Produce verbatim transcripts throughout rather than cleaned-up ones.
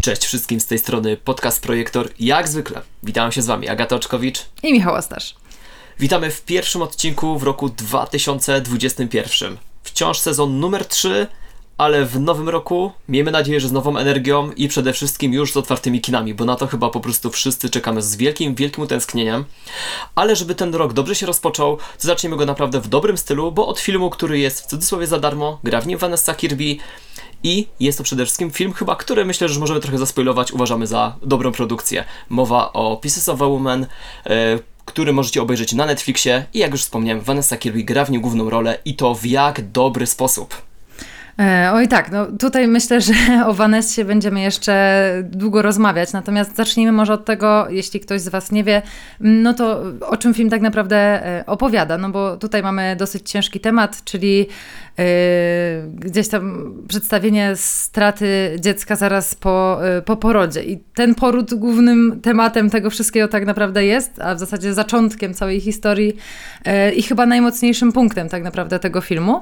Cześć wszystkim z tej strony Podcast Projektor. Jak zwykle witam się z Wami Agata Oczkowicz i Michał Ostasz. Witamy w pierwszym odcinku w roku dwa tysiące dwudziestym pierwszym. Wciąż sezon numer trzy, ale w nowym roku miejmy nadzieję, że z nową energią i przede wszystkim już z otwartymi kinami, bo na to chyba po prostu wszyscy czekamy z wielkim, wielkim utęsknieniem. Ale żeby ten rok dobrze się rozpoczął, to zaczniemy go naprawdę w dobrym stylu, bo od filmu, który jest w cudzysłowie za darmo, gra w nim Vanessa Kirby i jest to przede wszystkim film chyba, który myślę, że możemy trochę zaspoilować, uważamy za dobrą produkcję. Mowa o Pieces of a Woman, yy, który możecie obejrzeć na Netflixie i jak już wspomniałem, Vanessa Kirby gra w nim główną rolę i to w jak dobry sposób. E, oj tak, no tutaj myślę, że o Vanessie będziemy jeszcze długo rozmawiać, natomiast zacznijmy może od tego, jeśli ktoś z Was nie wie, no to o czym film tak naprawdę opowiada, no bo tutaj mamy dosyć ciężki temat, czyli yy, gdzieś tam przedstawienie straty dziecka zaraz po, yy, po porodzie i ten poród głównym tematem tego wszystkiego tak naprawdę jest, a w zasadzie zaczątkiem całej historii yy, i chyba najmocniejszym punktem tak naprawdę tego filmu.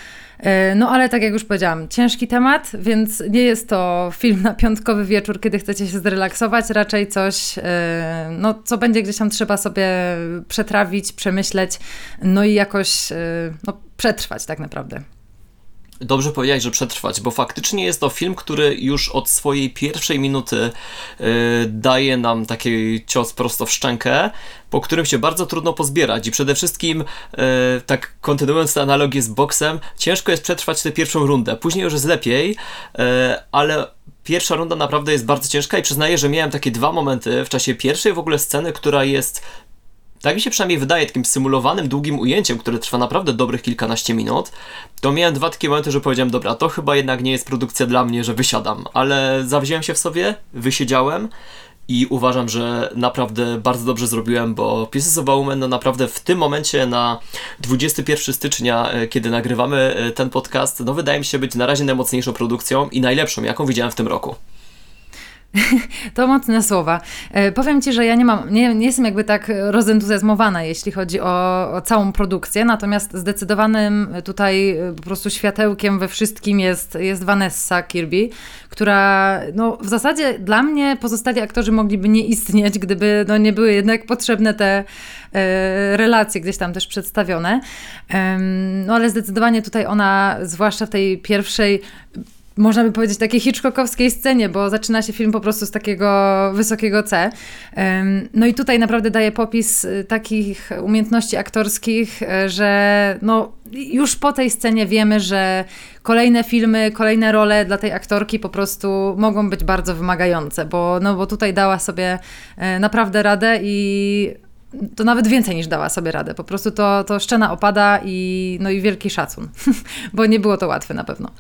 No ale tak jak już powiedziałam, ciężki temat, więc nie jest to film na piątkowy wieczór, kiedy chcecie się zrelaksować, raczej coś, no, co będzie gdzieś tam trzeba sobie przetrawić, przemyśleć, no i jakoś no, przetrwać tak naprawdę. Dobrze powiedziałeś, że przetrwać, bo faktycznie jest to film, który już od swojej pierwszej minuty yy, daje nam taki cios prosto w szczękę, po którym się bardzo trudno pozbierać i przede wszystkim, yy, tak kontynuując tę analogię z boksem, ciężko jest przetrwać tę pierwszą rundę, później już jest lepiej, yy, ale pierwsza runda naprawdę jest bardzo ciężka i przyznaję, że miałem takie dwa momenty w czasie pierwszej w ogóle sceny, która jest, tak mi się przynajmniej wydaje, takim symulowanym, długim ujęciem, które trwa naprawdę dobrych kilkanaście minut, to miałem dwa takie momenty, że powiedziałem, dobra, to chyba jednak nie jest produkcja dla mnie, że wysiadam, ale zawziąłem się w sobie, wysiedziałem i uważam, że naprawdę bardzo dobrze zrobiłem, bo Pieces of a Woman, no naprawdę w tym momencie na dwudziestego pierwszego stycznia, kiedy nagrywamy ten podcast, no wydaje mi się być na razie najmocniejszą produkcją i najlepszą, jaką widziałem w tym roku. To mocne słowa. E, powiem Ci, że ja nie mam, nie, nie jestem jakby tak rozentuzjazmowana, jeśli chodzi o, o całą produkcję, natomiast zdecydowanym tutaj po prostu światełkiem we wszystkim jest, jest Vanessa Kirby, która no, w zasadzie dla mnie pozostali aktorzy mogliby nie istnieć, gdyby no, nie były jednak potrzebne te e, relacje gdzieś tam też przedstawione. E, no ale zdecydowanie tutaj ona, zwłaszcza w tej pierwszej, można by powiedzieć, takiej hitchcockowskiej scenie, bo zaczyna się film po prostu z takiego wysokiego C. No i tutaj naprawdę daje popis takich umiejętności aktorskich, że no już po tej scenie wiemy, że kolejne filmy, kolejne role dla tej aktorki po prostu mogą być bardzo wymagające, bo, no, bo tutaj dała sobie naprawdę radę i to nawet więcej niż dała sobie radę. Po prostu to, to szczena opada i, no i wielki szacun, bo nie było to łatwe na pewno.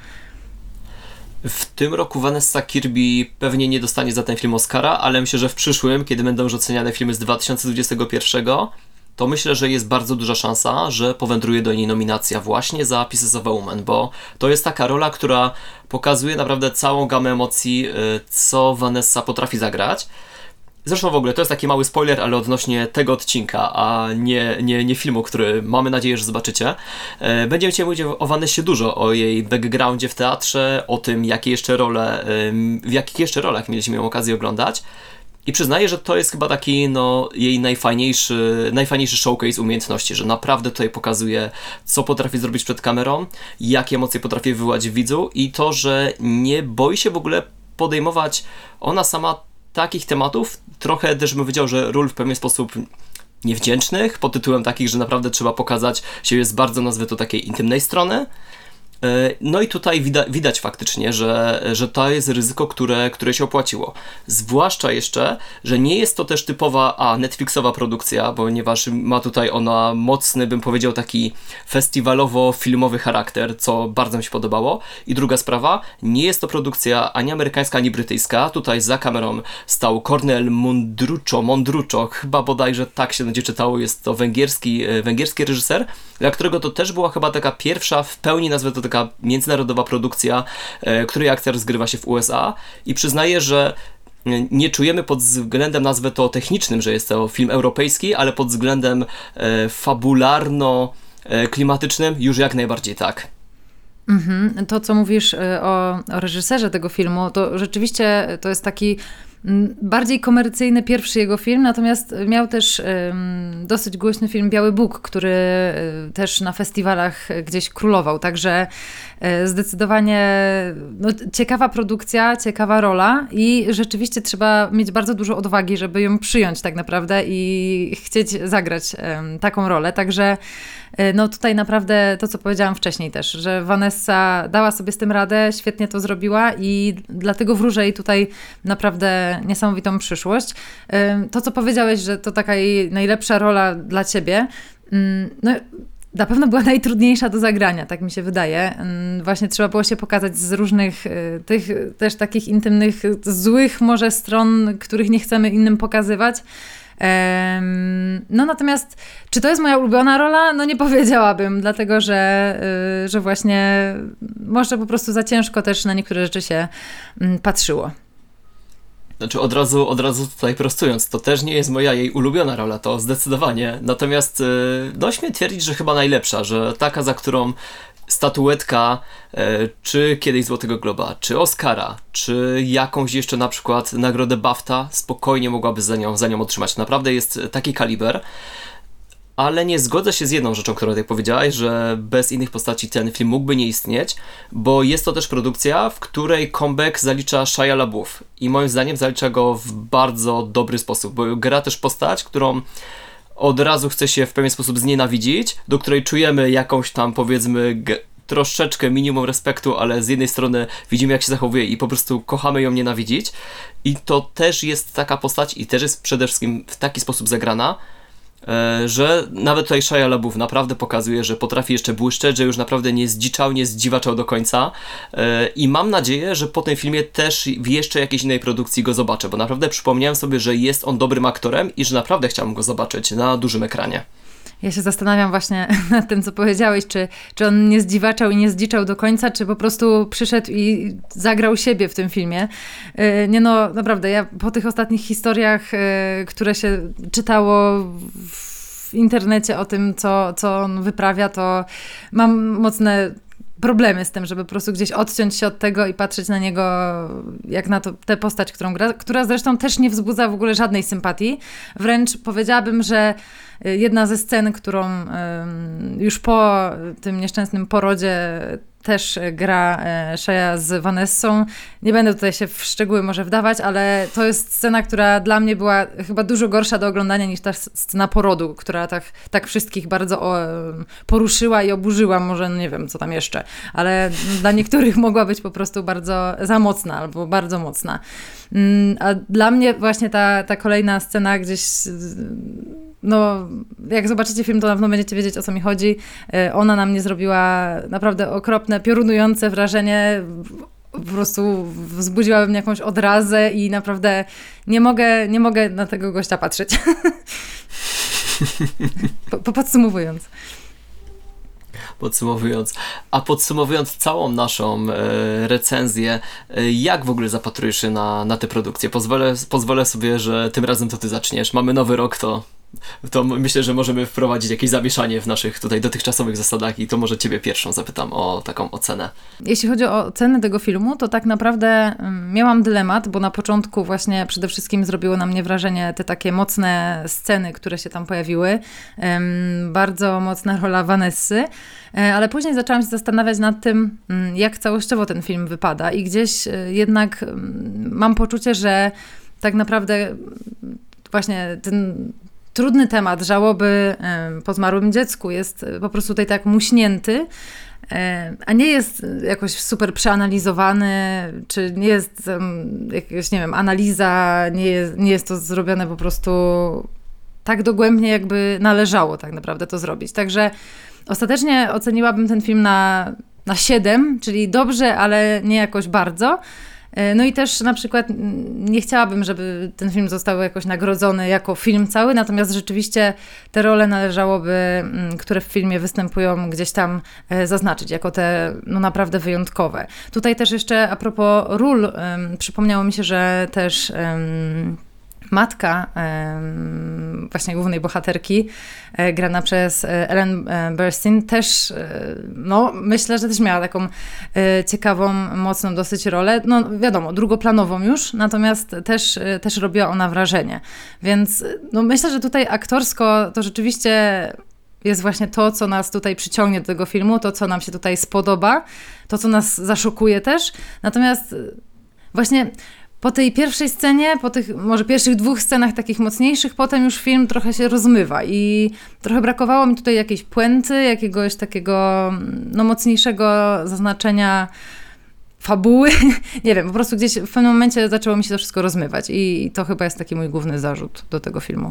W tym roku Vanessa Kirby pewnie nie dostanie za ten film Oscara, ale myślę, że w przyszłym, kiedy będą już oceniane filmy z dwa tysiące dwudziestego pierwszego, to myślę, że jest bardzo duża szansa, że powędruje do niej nominacja właśnie za Pieces of a Woman, bo to jest taka rola, która pokazuje naprawdę całą gamę emocji, co Vanessa potrafi zagrać. Zresztą w ogóle to jest taki mały spoiler, ale odnośnie tego odcinka, a nie, nie, nie filmu, który mamy nadzieję, że zobaczycie. E, będziemy dzisiaj mówić o Vanessie dużo, o jej backgroundzie w teatrze, o tym, jakie jeszcze role, w jakich jeszcze rolach mieliśmy ją okazję oglądać. I przyznaję, że to jest chyba taki no, jej najfajniejszy, najfajniejszy showcase umiejętności, że naprawdę tutaj pokazuje, co potrafi zrobić przed kamerą, jakie emocje potrafi wywołać w widzu i to, że nie boi się w ogóle podejmować ona sama takich tematów, trochę też bym powiedział, że ról w pewien sposób niewdzięcznych, pod tytułem takich, że naprawdę trzeba pokazać siebie z bardzo, nazwę to, takiej intymnej strony. No i tutaj widać, widać faktycznie, że, że to jest ryzyko, które, które się opłaciło. Zwłaszcza jeszcze, że nie jest to też typowa a Netflixowa produkcja, ponieważ ma tutaj ona mocny, bym powiedział, taki festiwalowo-filmowy charakter, co bardzo mi się podobało. I druga sprawa, nie jest to produkcja ani amerykańska, ani brytyjska. Tutaj za kamerą stał Cornel Mondruczo, Mondruczo, chyba bodajże tak się będzie czytało, jest to węgierski, węgierski reżyser, dla którego to też była chyba taka pierwsza w pełni, nazwę to taka międzynarodowa produkcja, e, której akcja rozgrywa się w U S A i przyznaję, że nie czujemy pod względem, nazwę to technicznym, że jest to film europejski, ale pod względem e, fabularno-klimatycznym już jak najbardziej tak. Mhm. To, co mówisz y, o, o reżyserze tego filmu, to rzeczywiście to jest taki mm, bardziej komercyjny pierwszy jego film, natomiast miał też ym, dosyć głośny film Biały Bóg, który y, też na festiwalach gdzieś królował, także y, zdecydowanie no, ciekawa produkcja, ciekawa rola i rzeczywiście trzeba mieć bardzo dużo odwagi, żeby ją przyjąć tak naprawdę i chcieć zagrać ym, taką rolę, także no tutaj naprawdę to, co powiedziałam wcześniej też, że Vanessa dała sobie z tym radę, świetnie to zrobiła i dlatego wróżę jej tutaj naprawdę niesamowitą przyszłość. To, co powiedziałeś, że to taka jej najlepsza rola dla ciebie, no na pewno była najtrudniejsza do zagrania, tak mi się wydaje. Właśnie trzeba było się pokazać z różnych tych też takich intymnych, złych może stron, których nie chcemy innym pokazywać. No natomiast, czy to jest moja ulubiona rola? No nie powiedziałabym, dlatego że, że właśnie może po prostu za ciężko też na niektóre rzeczy się patrzyło. Znaczy od razu, od razu tutaj prostując, to też nie jest moja jej ulubiona rola, to zdecydowanie. Natomiast no śmiem twierdzić, że chyba najlepsza, że taka, za którą statuetka, czy kiedyś Złotego Globa, czy Oscara, czy jakąś jeszcze na przykład nagrodę BAFTA, spokojnie mogłaby za nią, za nią otrzymać. Naprawdę jest taki kaliber, ale nie zgodzę się z jedną rzeczą, którą tutaj powiedziałaś, że bez innych postaci ten film mógłby nie istnieć, bo jest to też produkcja, w której comeback zalicza Shia LaBeouf i moim zdaniem zalicza go w bardzo dobry sposób, bo gra też postać, którą od razu chce się w pewien sposób znienawidzić, do której czujemy jakąś tam, powiedzmy, g- troszeczkę minimum respektu, ale z jednej strony widzimy, jak się zachowuje i po prostu kochamy ją nienawidzić. I to też jest taka postać i też jest przede wszystkim w taki sposób zagrana, e, że nawet tutaj Shia LaBeouf naprawdę pokazuje, że potrafi jeszcze błyszczeć, że już naprawdę nie zdziczał, nie zdziwaczał do końca. E, I mam nadzieję, że po tym filmie też w jeszcze jakiejś innej produkcji go zobaczę, bo naprawdę przypomniałem sobie, że jest on dobrym aktorem i że naprawdę chciałbym go zobaczyć na dużym ekranie. Ja się zastanawiam właśnie nad tym, co powiedziałeś, czy, czy on nie zdziwaczał i nie zdziczał do końca, czy po prostu przyszedł i zagrał siebie w tym filmie. Yy, nie no, naprawdę, ja po tych ostatnich historiach, yy, które się czytało w internecie o tym, co, co on wyprawia, to mam mocne problemy z tym, żeby po prostu gdzieś odciąć się od tego i patrzeć na niego jak na to, tę postać, którą gra, która zresztą też nie wzbudza w ogóle żadnej sympatii. Wręcz powiedziałabym, że jedna ze scen, którą już po tym nieszczęsnym porodzie też gra Shia z Vanessą. Nie będę tutaj się w szczegóły może wdawać, ale to jest scena, która dla mnie była chyba dużo gorsza do oglądania niż ta scena porodu, która tak, tak wszystkich bardzo o, poruszyła i oburzyła, może nie wiem, co tam jeszcze, ale dla niektórych mogła być po prostu bardzo za mocna albo bardzo mocna. A dla mnie właśnie ta, ta kolejna scena gdzieś... No, jak zobaczycie film, to na pewno będziecie wiedzieć, o co mi chodzi. Ona na mnie zrobiła naprawdę okropne, piorunujące wrażenie. Po prostu wzbudziła we mnie jakąś odrazę i naprawdę nie mogę, nie mogę na tego gościa patrzeć. po, podsumowując. Podsumowując, a podsumowując całą naszą e, recenzję, e, jak w ogóle zapatrujesz się na, na tę produkcję? Pozwolę, pozwolę sobie, że tym razem to ty zaczniesz. Mamy nowy rok, to, to myślę, że możemy wprowadzić jakieś zamieszanie w naszych tutaj dotychczasowych zasadach i to może ciebie pierwszą zapytam o taką ocenę. Jeśli chodzi o ocenę tego filmu, to tak naprawdę miałam dylemat, bo na początku właśnie przede wszystkim zrobiło na mnie wrażenie te takie mocne sceny, które się tam pojawiły. Bardzo mocna rola Vanessy, ale później zaczęłam się zastanawiać nad tym, jak całościowo ten film wypada i gdzieś jednak mam poczucie, że tak naprawdę właśnie ten trudny temat żałoby po zmarłym dziecku jest po prostu tutaj tak muśnięty, a nie jest jakoś super przeanalizowany, czy nie jest jakaś, nie wiem, analiza, nie jest, nie jest to zrobione po prostu tak dogłębnie, jakby należało tak naprawdę to zrobić. Także ostatecznie oceniłabym ten film na, na siedem, czyli dobrze, ale nie jakoś bardzo. No i też na przykład nie chciałabym, żeby ten film został jakoś nagrodzony jako film cały, natomiast rzeczywiście te role należałoby, które w filmie występują, gdzieś tam zaznaczyć, jako te no naprawdę wyjątkowe. Tutaj też jeszcze a propos ról, um, przypomniało mi się, że też um, matka em, właśnie głównej bohaterki, e, grana przez e, Ellen e, Burstyn, też, e, no myślę, że też miała taką e, ciekawą, mocną dosyć rolę, no wiadomo, drugoplanową już, natomiast też, e, też robiła ona wrażenie. Więc no myślę, że tutaj aktorsko to rzeczywiście jest właśnie to, co nas tutaj przyciągnie do tego filmu, to, co nam się tutaj spodoba, to, co nas zaszokuje też. Natomiast e, właśnie po tej pierwszej scenie, po tych może pierwszych dwóch scenach takich mocniejszych, potem już film trochę się rozmywa i trochę brakowało mi tutaj jakiejś puenty, jakiegoś takiego no, mocniejszego zaznaczenia fabuły. Nie wiem, po prostu gdzieś w pewnym momencie zaczęło mi się to wszystko rozmywać i to chyba jest taki mój główny zarzut do tego filmu.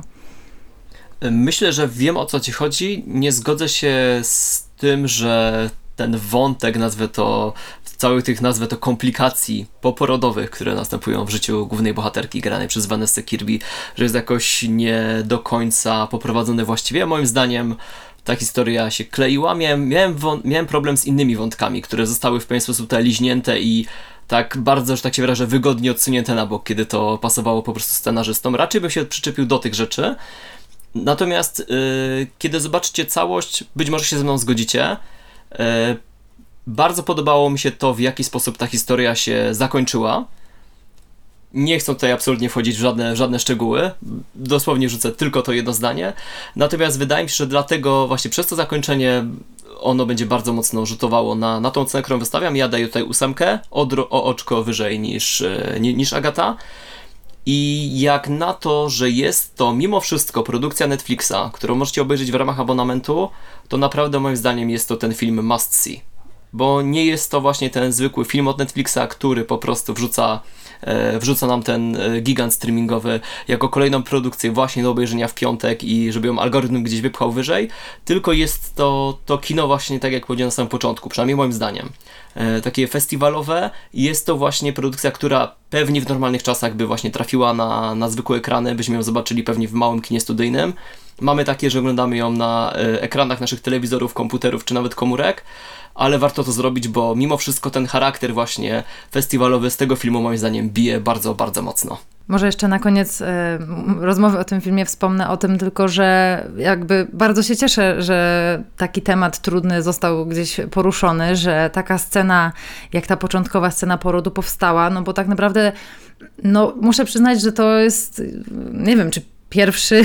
Myślę, że wiem, o co ci chodzi. Nie zgodzę się z tym, że ten wątek, nazwę to, całych tych, nazwę to komplikacji poporodowych, które następują w życiu głównej bohaterki granej przez Vanessę Kirby, że jest jakoś nie do końca poprowadzony właściwie. Moim zdaniem ta historia się kleiła. Miałem, miałem, wą- miałem problem z innymi wątkami, które zostały w pewien sposób tutaj liźnięte i tak bardzo, że tak się wyrażę, wygodnie odsunięte na bok, kiedy to pasowało po prostu scenarzystom. Raczej bym się przyczepił do tych rzeczy. Natomiast yy, kiedy zobaczycie całość, być może się ze mną zgodzicie. Yy, bardzo podobało mi się to, w jaki sposób ta historia się zakończyła. Nie chcę tutaj absolutnie wchodzić w żadne, w żadne szczegóły. Dosłownie rzucę tylko to jedno zdanie. Natomiast wydaje mi się, że dlatego właśnie przez to zakończenie ono będzie bardzo mocno rzutowało na, na tą cenę, którą wystawiam. Ja daję tutaj ósemkę, o, dro- o oczko wyżej niż, ni- niż Agata. I jak na to, że jest to mimo wszystko produkcja Netflixa, którą możecie obejrzeć w ramach abonamentu, to naprawdę moim zdaniem jest to ten film must see. Bo nie jest to właśnie ten zwykły film od Netflixa, który po prostu wrzuca, e, wrzuca nam ten e, gigant streamingowy jako kolejną produkcję właśnie do obejrzenia w piątek i żeby ją algorytm gdzieś wypchał wyżej, tylko jest to, to kino właśnie tak jak powiedziałem na samym początku, przynajmniej moim zdaniem. E, takie festiwalowe, jest to właśnie produkcja, która pewnie w normalnych czasach by właśnie trafiła na, na zwykłe ekrany, byśmy ją zobaczyli pewnie w małym kinie studyjnym. Mamy takie, że oglądamy ją na e, ekranach naszych telewizorów, komputerów czy nawet komórek, ale warto to zrobić, bo mimo wszystko ten charakter właśnie festiwalowy z tego filmu moim zdaniem bije bardzo, bardzo mocno. Może jeszcze na koniec y, rozmowy o tym filmie wspomnę o tym tylko, że jakby bardzo się cieszę, że taki temat trudny został gdzieś poruszony, że taka scena, jak ta początkowa scena porodu powstała, no bo tak naprawdę, no muszę przyznać, że to jest, nie wiem, czy pierwszy,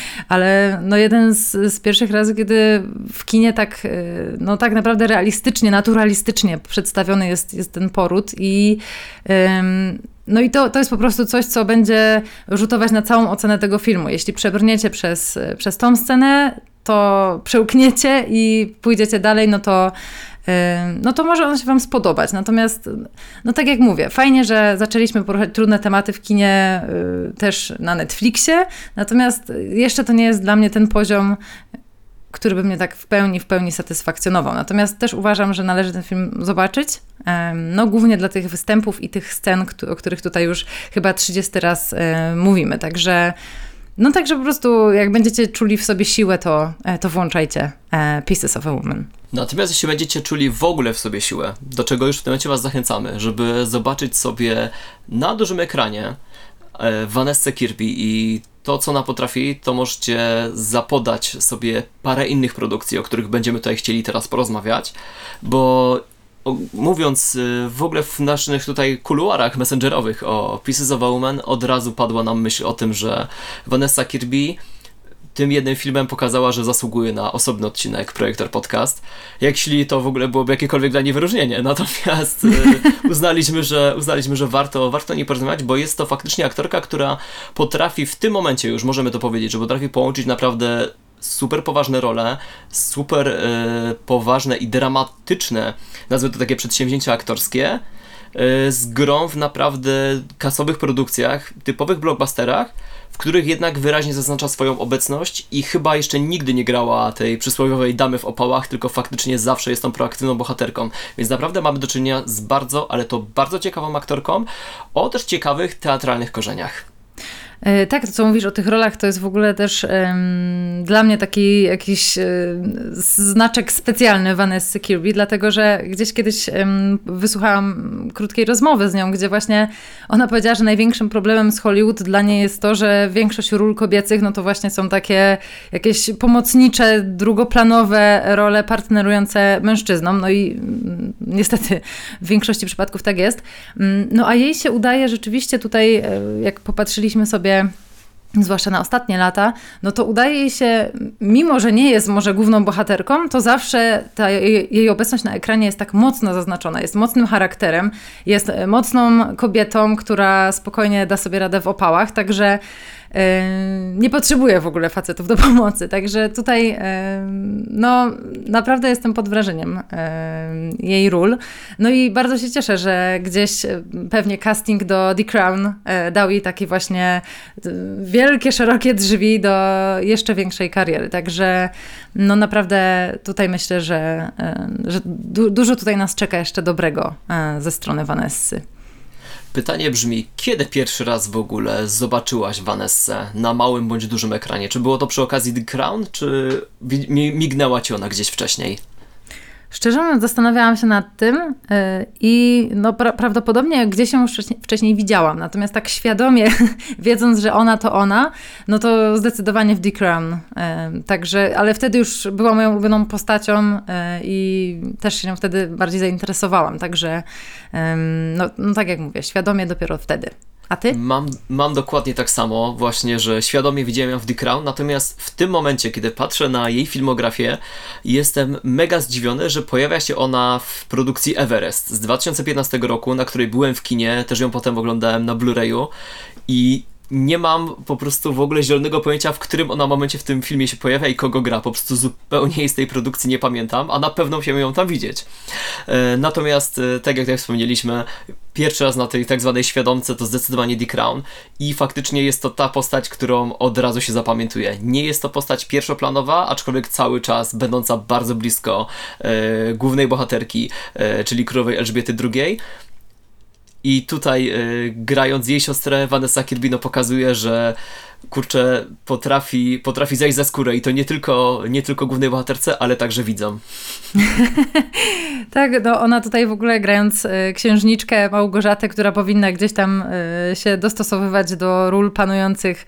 ale no jeden z, z pierwszych razy, kiedy w kinie tak, no tak naprawdę realistycznie, naturalistycznie przedstawiony jest, jest ten poród i ym, no i to, to jest po prostu coś, co będzie rzutować na całą ocenę tego filmu. Jeśli przebrniecie przez, przez tą scenę, to przełkniecie i pójdziecie dalej, no to no to może on się wam spodobać. Natomiast, no tak jak mówię, fajnie, że zaczęliśmy poruszać trudne tematy w kinie y, też na Netflixie, natomiast jeszcze to nie jest dla mnie ten poziom, który by mnie tak w pełni, w pełni satysfakcjonował. Natomiast też uważam, że należy ten film zobaczyć, no głównie dla tych występów i tych scen, o których tutaj już chyba trzydziesty raz y, mówimy. Także no także po prostu jak będziecie czuli w sobie siłę, to, to włączajcie Pieces of a Woman. Natomiast jeśli będziecie czuli w ogóle w sobie siłę, do czego już w tym momencie was zachęcamy, żeby zobaczyć sobie na dużym ekranie Vanessę Kirby i to, co ona potrafi, to możecie zapodać sobie parę innych produkcji, o których będziemy tutaj chcieli teraz porozmawiać, bo mówiąc w ogóle w naszych tutaj kuluarach messengerowych o Pieces of a Woman, od razu padła nam myśl o tym, że Vanessa Kirby tym jednym filmem pokazała, że zasługuje na osobny odcinek Projektor Podcast. Jeśli to w ogóle byłoby jakiekolwiek dla niej wyróżnienie. Natomiast uznaliśmy, że, uznaliśmy, że warto, warto o niej porozmawiać, bo jest to faktycznie aktorka, która potrafi w tym momencie, już możemy to powiedzieć, że potrafi połączyć naprawdę super poważne role, super y, poważne i dramatyczne, nazwę to takie przedsięwzięcia aktorskie, y, z grą w naprawdę kasowych produkcjach, typowych blockbusterach, w których jednak wyraźnie zaznacza swoją obecność i chyba jeszcze nigdy nie grała tej przysłowiowej damy w opałach, tylko faktycznie zawsze jest tą proaktywną bohaterką. Więc naprawdę mamy do czynienia z bardzo, ale to bardzo ciekawą aktorką o też ciekawych teatralnych korzeniach. E, Tak, to co mówisz o tych rolach, to jest w ogóle też em, dla mnie taki jakiś e, znaczek specjalny Vanessy Kirby, dlatego że gdzieś kiedyś em, wysłuchałam krótkiej rozmowy z nią, gdzie właśnie ona powiedziała, że największym problemem z Hollywood dla niej jest to, że większość ról kobiecych, no to właśnie są takie jakieś pomocnicze, drugoplanowe role partnerujące mężczyznom, no i mm, niestety w większości przypadków tak jest. Mm, No a jej się udaje rzeczywiście tutaj, e, jak popatrzyliśmy sobie zwłaszcza na ostatnie lata, no to udaje jej się, mimo że nie jest może główną bohaterką, to zawsze ta jej, jej obecność na ekranie jest tak mocno zaznaczona, jest mocnym charakterem, jest mocną kobietą, która spokojnie da sobie radę w opałach, także yy, nie potrzebuje w ogóle facetów do pomocy, także tutaj yy, no naprawdę jestem pod wrażeniem yy, jej ról. No i bardzo się cieszę, że gdzieś yy, pewnie casting do The Crown yy, dał jej takie właśnie yy, wielkie, szerokie drzwi do jeszcze większej kariery, także no naprawdę tutaj myślę, że, yy, że du- dużo tutaj nas czeka jeszcze dobrego yy, ze strony Vanessy. Pytanie brzmi, kiedy pierwszy raz w ogóle zobaczyłaś Vanessę na małym bądź dużym ekranie? Czy było to przy okazji The Crown, czy wi- mi- mignęła ci ona gdzieś wcześniej? Szczerze mówiąc, zastanawiałam się nad tym yy, i no, pra- prawdopodobnie gdzieś ją już wcześniej, wcześniej widziałam. Natomiast tak świadomie, wiedząc, że ona to ona, no to zdecydowanie w The Crown. Yy, także, ale wtedy już była moją ulubioną postacią yy, i też się nią wtedy bardziej zainteresowałam. Także, yy, no, no tak jak mówię, świadomie dopiero wtedy. A ty? Mam, mam dokładnie tak samo, właśnie, że świadomie widziałem ją w The Crown, natomiast w tym momencie, kiedy patrzę na jej filmografię, jestem mega zdziwiony, że pojawia się ona w produkcji Everest z dwa tysiące piętnastego roku, na której byłem w kinie, też ją potem oglądałem na Blu-rayu i nie mam po prostu w ogóle zielonego pojęcia, w którym ona momencie w tym filmie się pojawia i kogo gra. Po prostu zupełnie jej z tej produkcji nie pamiętam, a na pewno się ją tam widzieć. E, natomiast, e, tak jak tak wspomnieliśmy, pierwszy raz na tej tak zwanej świadomce to zdecydowanie The Crown i faktycznie jest to ta postać, którą od razu się zapamiętuje. Nie jest to postać pierwszoplanowa, aczkolwiek cały czas będąca bardzo blisko e, głównej bohaterki, e, czyli królowej Elżbiety drugiej. I tutaj y, grając jej siostrę, Vanessa Kirby no, pokazuje, że kurczę, potrafi, potrafi zajść za skórę i to nie tylko, nie tylko głównej bohaterce, ale także widzom. Tak, no ona tutaj w ogóle grając y, księżniczkę Małgorzatę, która powinna gdzieś tam y, się dostosowywać do ról panujących y,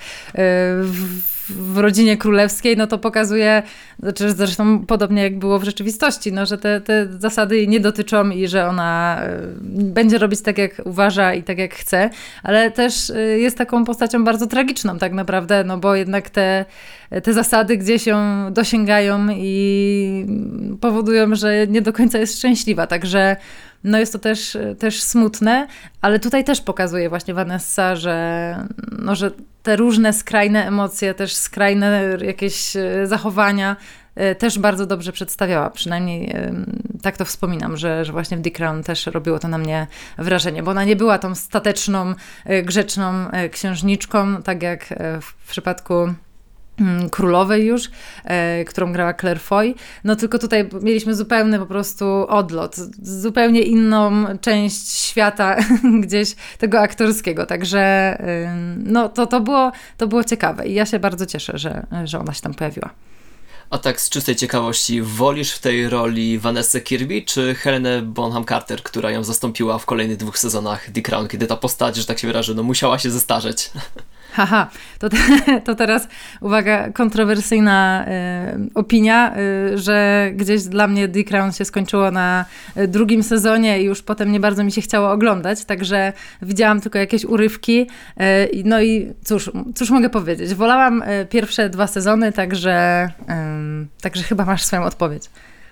w, w rodzinie królewskiej, no to pokazuje, znaczy zresztą podobnie jak było w rzeczywistości, no, że te, te zasady jej nie dotyczą i że ona y, będzie robić tak jak uważa i tak jak chce, ale też y, jest taką postacią bardzo tragiczną tak naprawdę, no bo jednak te, te zasady gdzieś ją dosięgają i powodują, że nie do końca jest szczęśliwa, także no jest to też, też smutne, ale tutaj też pokazuje właśnie Vanessa, że, no, że te różne skrajne emocje, też skrajne jakieś zachowania też bardzo dobrze przedstawiała. Przynajmniej tak to wspominam, że, że właśnie w The Crown też robiło to na mnie wrażenie, bo ona nie była tą stateczną, grzeczną księżniczką, tak jak w przypadku królowej już, e, którą grała Claire Foy. No tylko tutaj mieliśmy zupełny po prostu odlot, zupełnie inną część świata gdzieś tego aktorskiego, także e, no to, to, było, to było ciekawe i ja się bardzo cieszę, że, że ona się tam pojawiła. A tak z czystej ciekawości, wolisz w tej roli Vanessę Kirby czy Helenę Bonham Carter, która ją zastąpiła w kolejnych dwóch sezonach The Crown, kiedy ta postać, że tak się wyrażę, no musiała się zestarzeć? Haha, to, te, to teraz uwaga, kontrowersyjna y, opinia, y, że gdzieś dla mnie The Crown się skończyło na y, drugim sezonie i już potem nie bardzo mi się chciało oglądać, także widziałam tylko jakieś urywki. Y, no i cóż, cóż mogę powiedzieć, wolałam y, pierwsze dwa sezony, także, y, także chyba masz swoją odpowiedź.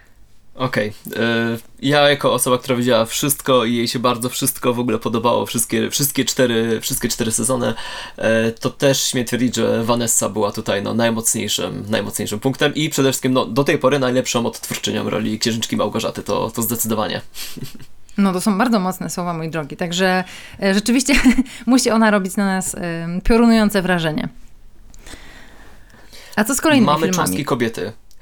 Okej. Okay. Ja jako osoba, która widziała wszystko i jej się bardzo wszystko w ogóle podobało, wszystkie, wszystkie, cztery, wszystkie cztery sezony, to też śmiem twierdzić, że Vanessa była tutaj no, najmocniejszym, najmocniejszym punktem i przede wszystkim no, do tej pory najlepszą odtwórczynią roli księżniczki Małgorzaty, to, to zdecydowanie. No to są bardzo mocne słowa, mój drogi, także e, rzeczywiście musi ona robić na nas e, piorunujące wrażenie. A co z kolejnymi Mamy filmami? Cząstki kobiety.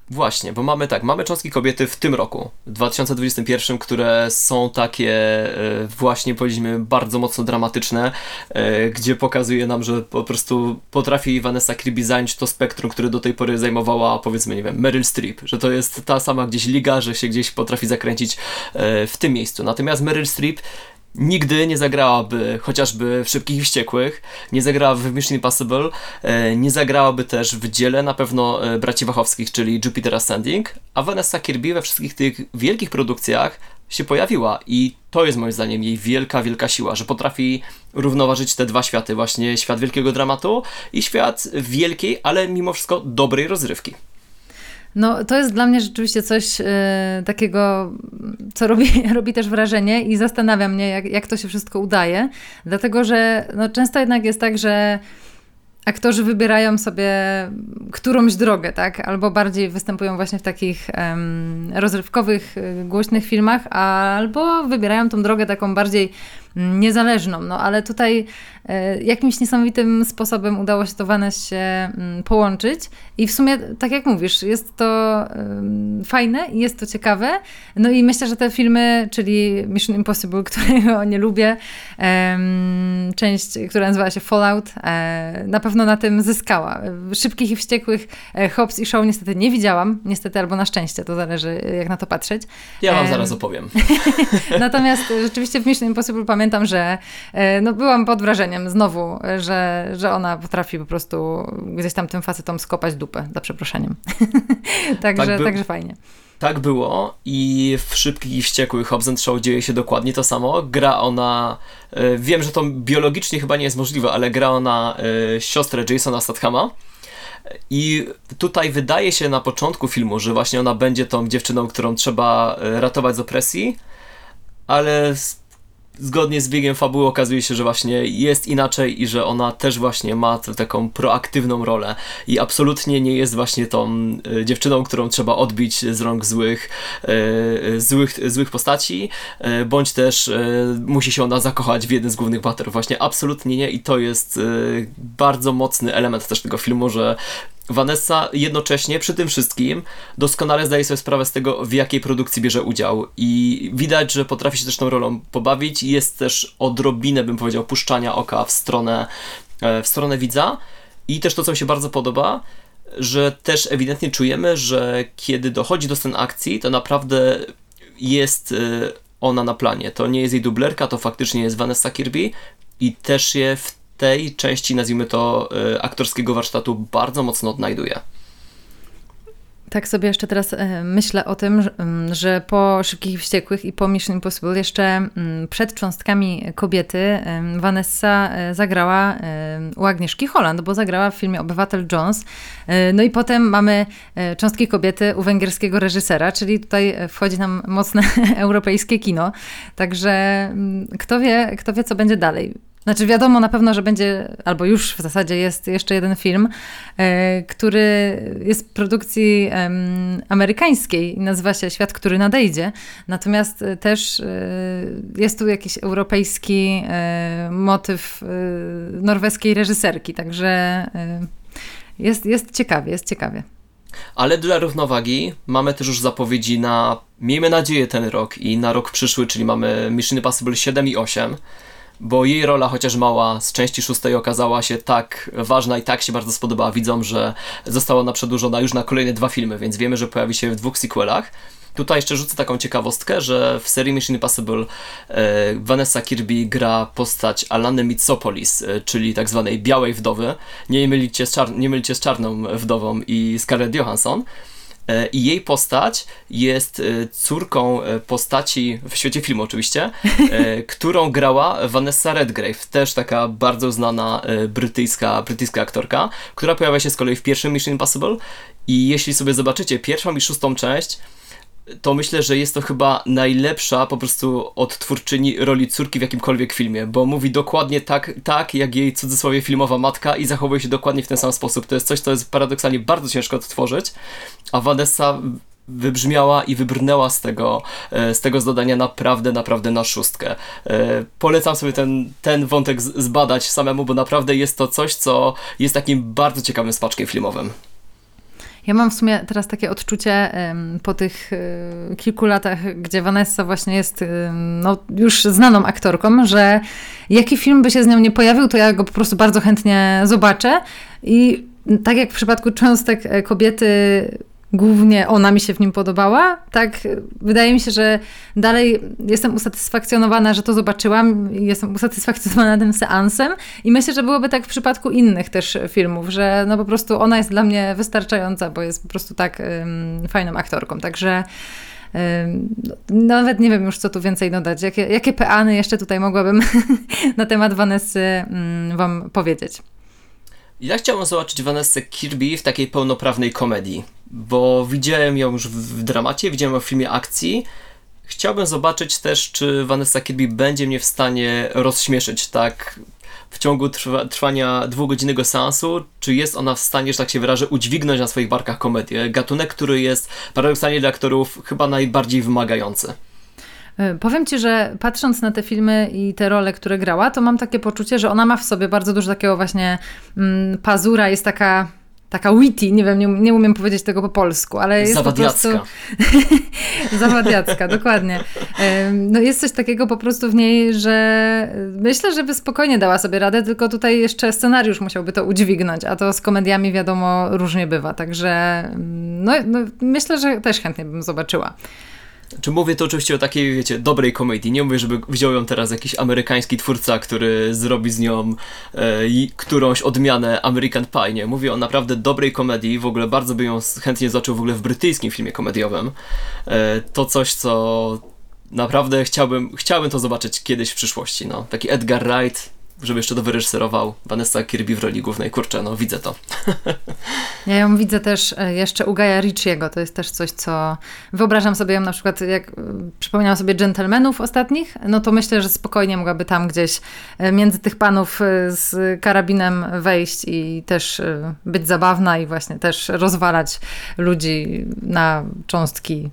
Właśnie, bo mamy tak, mamy Cząstki kobiety w tym roku, w dwa tysiące dwudziestym pierwszym, które są takie e, właśnie, powiedzmy, bardzo mocno dramatyczne, e, gdzie pokazuje nam, że po prostu potrafi Vanessa Kirby zająć to spektrum, które do tej pory zajmowała, powiedzmy, nie wiem, Meryl Streep, że to jest ta sama gdzieś liga, że się gdzieś potrafi zakręcić e, w tym miejscu. Natomiast Meryl Streep nigdy nie zagrałaby chociażby w Szybkich i Wściekłych, nie zagrałaby w Mission Impossible, e, nie zagrałaby też w dziele na pewno e, braci Wachowskich, czyli Jupiter Ascending, a Vanessa Kirby we wszystkich tych wielkich produkcjach się pojawiła i to jest moim zdaniem jej wielka, wielka siła, że potrafi równoważyć te dwa światy, właśnie świat wielkiego dramatu i świat wielkiej, ale mimo wszystko dobrej rozrywki. No, to jest dla mnie rzeczywiście coś y, takiego, co robi, robi też wrażenie i zastanawia mnie, jak, jak to się wszystko udaje, dlatego że no, często jednak jest tak, że aktorzy wybierają sobie którąś drogę, tak? Albo bardziej występują właśnie w takich um, rozrywkowych, głośnych filmach, albo wybierają tą drogę taką bardziej niezależną. No ale tutaj e, jakimś niesamowitym sposobem udało się to Vanessie m, połączyć i w sumie, tak jak mówisz, jest to um, fajne i jest to ciekawe. No i myślę, że te filmy, czyli Mission Impossible, którego nie lubię, em, część, która nazywa się Fallout, e, na pewno na tym zyskała. Szybkich i Wściekłych e, Hobbs i Shaw niestety nie widziałam, niestety albo na szczęście, to zależy jak na to patrzeć. Ja wam e, zaraz opowiem. Natomiast rzeczywiście w Mission Impossible pamiętam, że e, no, byłam pod wrażeniem znowu, że, że ona potrafi po prostu gdzieś tam tym facetom skopać dupę, za przeproszeniem. także, tak by... także fajnie. Tak było i w Szybkich i Wściekłych Hobbs and Shaw dzieje się dokładnie to samo. Gra ona, y, wiem, że to biologicznie chyba nie jest możliwe, ale gra ona y, siostrę Jasona Stathama. I tutaj wydaje się na początku filmu, że właśnie ona będzie tą dziewczyną, którą trzeba ratować z opresji, ale zgodnie z biegiem fabuły okazuje się, że właśnie jest inaczej i że ona też właśnie ma t- taką proaktywną rolę i absolutnie nie jest właśnie tą y, dziewczyną, którą trzeba odbić z rąk złych, y, złych, złych postaci, y, bądź też y, musi się ona zakochać w jeden z głównych bohaterów. Właśnie absolutnie nie i to jest y, bardzo mocny element też tego filmu, że Vanessa jednocześnie przy tym wszystkim doskonale zdaje sobie sprawę z tego, w jakiej produkcji bierze udział i widać, że potrafi się też tą rolą pobawić i jest też odrobinę, bym powiedział, puszczania oka w stronę, w stronę widza i też to, co mi się bardzo podoba, że też ewidentnie czujemy, że kiedy dochodzi do scen akcji, to naprawdę jest ona na planie. To nie jest jej dublerka, to faktycznie jest Vanessa Kirby i też je w tej części, nazwijmy to, y, aktorskiego warsztatu bardzo mocno odnajduje. Tak sobie jeszcze teraz e, myślę o tym, że, że po Szybkich i Wściekłych i po Mission Impossible jeszcze m, przed Cząstkami kobiety e, Vanessa e, zagrała e, u Agnieszki Holland, bo zagrała w filmie Obywatel Jones. E, no i potem mamy e, Cząstki kobiety u węgierskiego reżysera, czyli tutaj wchodzi nam mocne europejskie kino. Także m, kto wie, kto wie, co będzie dalej. Znaczy wiadomo na pewno, że będzie, albo już w zasadzie jest jeszcze jeden film, e, który jest produkcji e, amerykańskiej i nazywa się Świat, który nadejdzie. Natomiast e, też e, jest tu jakiś europejski e, motyw e, norweskiej reżyserki, także e, jest, jest ciekawie, jest ciekawie. Ale dla równowagi mamy też już zapowiedzi na, miejmy nadzieję, ten rok i na rok przyszły, czyli mamy Mission Impossible siedem i osiem. Bo jej rola, chociaż mała, z części szóstej okazała się tak ważna i tak się bardzo spodobała widzom, że została ona przedłużona już na kolejne dwa filmy, więc wiemy, że pojawi się w dwóch sequelach. Tutaj jeszcze rzucę taką ciekawostkę, że w serii Mission Impossible e, Vanessa Kirby gra postać Alany Mitsopolis, e, czyli tak zwanej białej wdowy. Nie mylicie z, czar- nie mylicie z czarną wdową i Scarlett Johansson. I jej postać jest córką postaci, w świecie filmu oczywiście, którą grała Vanessa Redgrave, też taka bardzo znana brytyjska, brytyjska aktorka, która pojawia się z kolei w pierwszym Mission Impossible i jeśli sobie zobaczycie pierwszą i szóstą część, to myślę, że jest to chyba najlepsza po prostu odtwórczyni roli córki w jakimkolwiek filmie, bo mówi dokładnie tak, tak jak jej cudzysłowie filmowa matka i zachowuje się dokładnie w ten sam sposób. To jest coś, co jest paradoksalnie bardzo ciężko odtworzyć, a Vanessa wybrzmiała i wybrnęła z tego, z tego zadania naprawdę, naprawdę na szóstkę. Polecam sobie ten, ten wątek zbadać samemu, bo naprawdę jest to coś, co jest takim bardzo ciekawym smaczkiem filmowym. Ja mam w sumie teraz takie odczucie em, po tych e, kilku latach, gdzie Vanessa właśnie jest em, no, już znaną aktorką, że jaki film by się z nią nie pojawił, to ja go po prostu bardzo chętnie zobaczę. I tak jak w przypadku cząstek e, kobiety, głównie ona mi się w nim podobała, tak wydaje mi się, że dalej jestem usatysfakcjonowana, że to zobaczyłam i jestem usatysfakcjonowana tym seansem i myślę, że byłoby tak w przypadku innych też filmów, że no po prostu ona jest dla mnie wystarczająca, bo jest po prostu tak um, fajną aktorką, także um, nawet nie wiem już, co tu więcej dodać, jakie, jakie peany jeszcze tutaj mogłabym na temat Vanessy um, wam powiedzieć. Ja chciałem zobaczyć Vanessę Kirby w takiej pełnoprawnej komedii, bo widziałem ją już w dramacie, widziałem ją w filmie akcji. Chciałbym zobaczyć też, czy Vanessa Kirby będzie mnie w stanie rozśmieszyć, tak w ciągu trwa, trwania dwugodzinnego seansu, czy jest ona w stanie, że tak się wyrażę, udźwignąć na swoich barkach komedię. Gatunek, który jest paradoksalnie dla aktorów chyba najbardziej wymagający. Powiem ci, że patrząc na te filmy i te role, które grała, to mam takie poczucie, że ona ma w sobie bardzo dużo takiego właśnie mm, pazura, jest taka, taka witty, nie wiem, nie, nie umiem powiedzieć tego po polsku, ale jest zawadiacka. po prostu... zawadiacka, dokładnie. No jest coś takiego po prostu w niej, że myślę, że by spokojnie dała sobie radę, tylko tutaj jeszcze scenariusz musiałby to udźwignąć, a to z komediami wiadomo różnie bywa, także no, no, myślę, że też chętnie bym zobaczyła. Czy mówię to oczywiście o takiej, wiecie, dobrej komedii. Nie mówię, żeby wziął ją teraz jakiś amerykański twórca, który zrobi z nią e, i którąś odmianę American Pie. Nie, mówię o naprawdę dobrej komedii. W ogóle bardzo bym ją chętnie zobaczył w ogóle w brytyjskim filmie komediowym. E, to coś, co naprawdę chciałbym, chciałbym to zobaczyć kiedyś w przyszłości. No. Taki Edgar Wright, żeby jeszcze to wyreżyserował. Vanessa Kirby w roli głównej. Kurczę, no widzę to. Ja ją widzę też jeszcze u Guya Ritchiego. To jest też coś, co... Wyobrażam sobie ją na przykład, jak przypomniałam sobie Gentlemanów ostatnich, no to myślę, że spokojnie mogłaby tam gdzieś między tych panów z karabinem wejść i też być zabawna i właśnie też rozwalać ludzi na cząstki.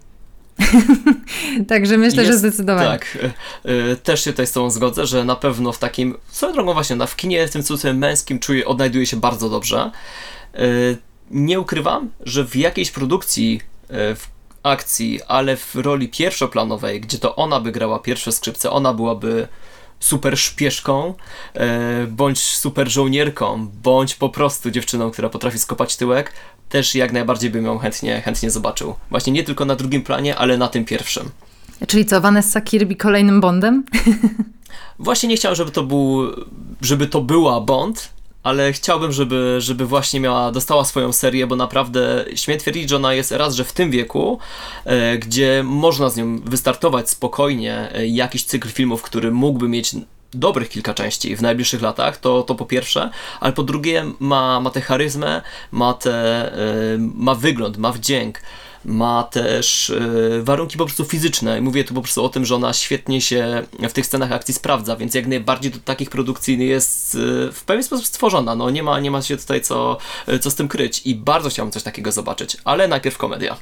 Także myślę, jest, że zdecydowanie. Tak, y, y, też się tutaj z tobą zgodzę, że na pewno w takim, swoją drogą właśnie, na, w kinie w tym cudzysłowie męskim czuję, odnajduje się bardzo dobrze. Y, nie ukrywam, że w jakiejś produkcji y, w akcji, ale w roli pierwszoplanowej, gdzie to ona by grała pierwsze skrzypce, ona byłaby super szpieszką, e, bądź super żołnierką, bądź po prostu dziewczyną, która potrafi skopać tyłek, też jak najbardziej bym ją chętnie, chętnie zobaczył. Właśnie nie tylko na drugim planie, ale na tym pierwszym. Czyli co, Vanessa Kirby kolejnym Bondem? Właśnie nie chciałem, żeby to był, żeby to była Bond, ale chciałbym, żeby, żeby właśnie miała, dostała swoją serię, bo naprawdę śmiem twierdzić, że ona jest raz, że w tym wieku, e, gdzie można z nią wystartować spokojnie e, jakiś cykl filmów, który mógłby mieć dobrych kilka części w najbliższych latach, to, to po pierwsze, ale po drugie ma, ma tę charyzmę, ma, te, e, ma wygląd, ma wdzięk, ma też y, warunki po prostu fizyczne. I mówię tu po prostu o tym, że ona świetnie się w tych scenach akcji sprawdza, więc jak najbardziej do takich produkcji jest y, w pewien sposób stworzona. No nie ma, nie ma się tutaj co, y, co z tym kryć i bardzo chciałbym coś takiego zobaczyć, ale najpierw komedia.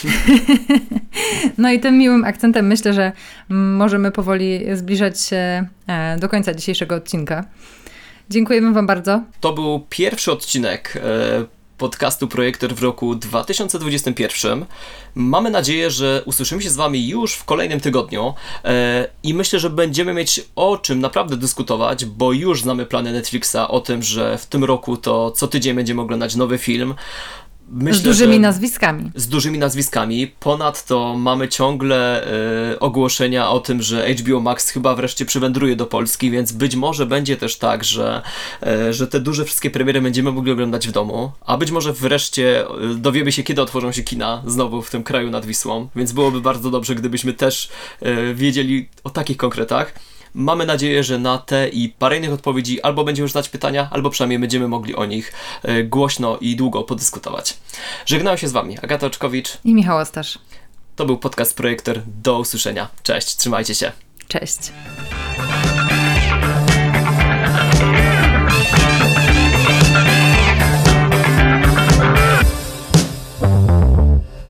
No i tym miłym akcentem myślę, że możemy powoli zbliżać się do końca dzisiejszego odcinka. Dziękujemy wam bardzo. To był pierwszy odcinek y, podcastu Projektor w roku dwa tysiące dwudziestym pierwszym. Mamy nadzieję, że usłyszymy się z wami już w kolejnym tygodniu e, i myślę, że będziemy mieć o czym naprawdę dyskutować, bo już znamy plany Netflixa o tym, że w tym roku to co tydzień będziemy oglądać nowy film. Myślę, z dużymi że nazwiskami. Z dużymi nazwiskami. Ponadto mamy ciągle y, ogłoszenia o tym, że H B O Max chyba wreszcie przywędruje do Polski, więc być może będzie też tak, że, y, że te duże wszystkie premiery będziemy mogli oglądać w domu, a być może wreszcie y, dowiemy się, kiedy otworzą się kina znowu w tym kraju nad Wisłą, więc byłoby bardzo dobrze, gdybyśmy też y, wiedzieli o takich konkretach. Mamy nadzieję, że na te i parę innych odpowiedzi albo będziemy już znać pytania, albo przynajmniej będziemy mogli o nich e, głośno i długo podyskutować. Żegnam się z wami, Agata Oczkowicz i Michał Ostasz. To był podcast Projektor. Do usłyszenia. Cześć, trzymajcie się. Cześć.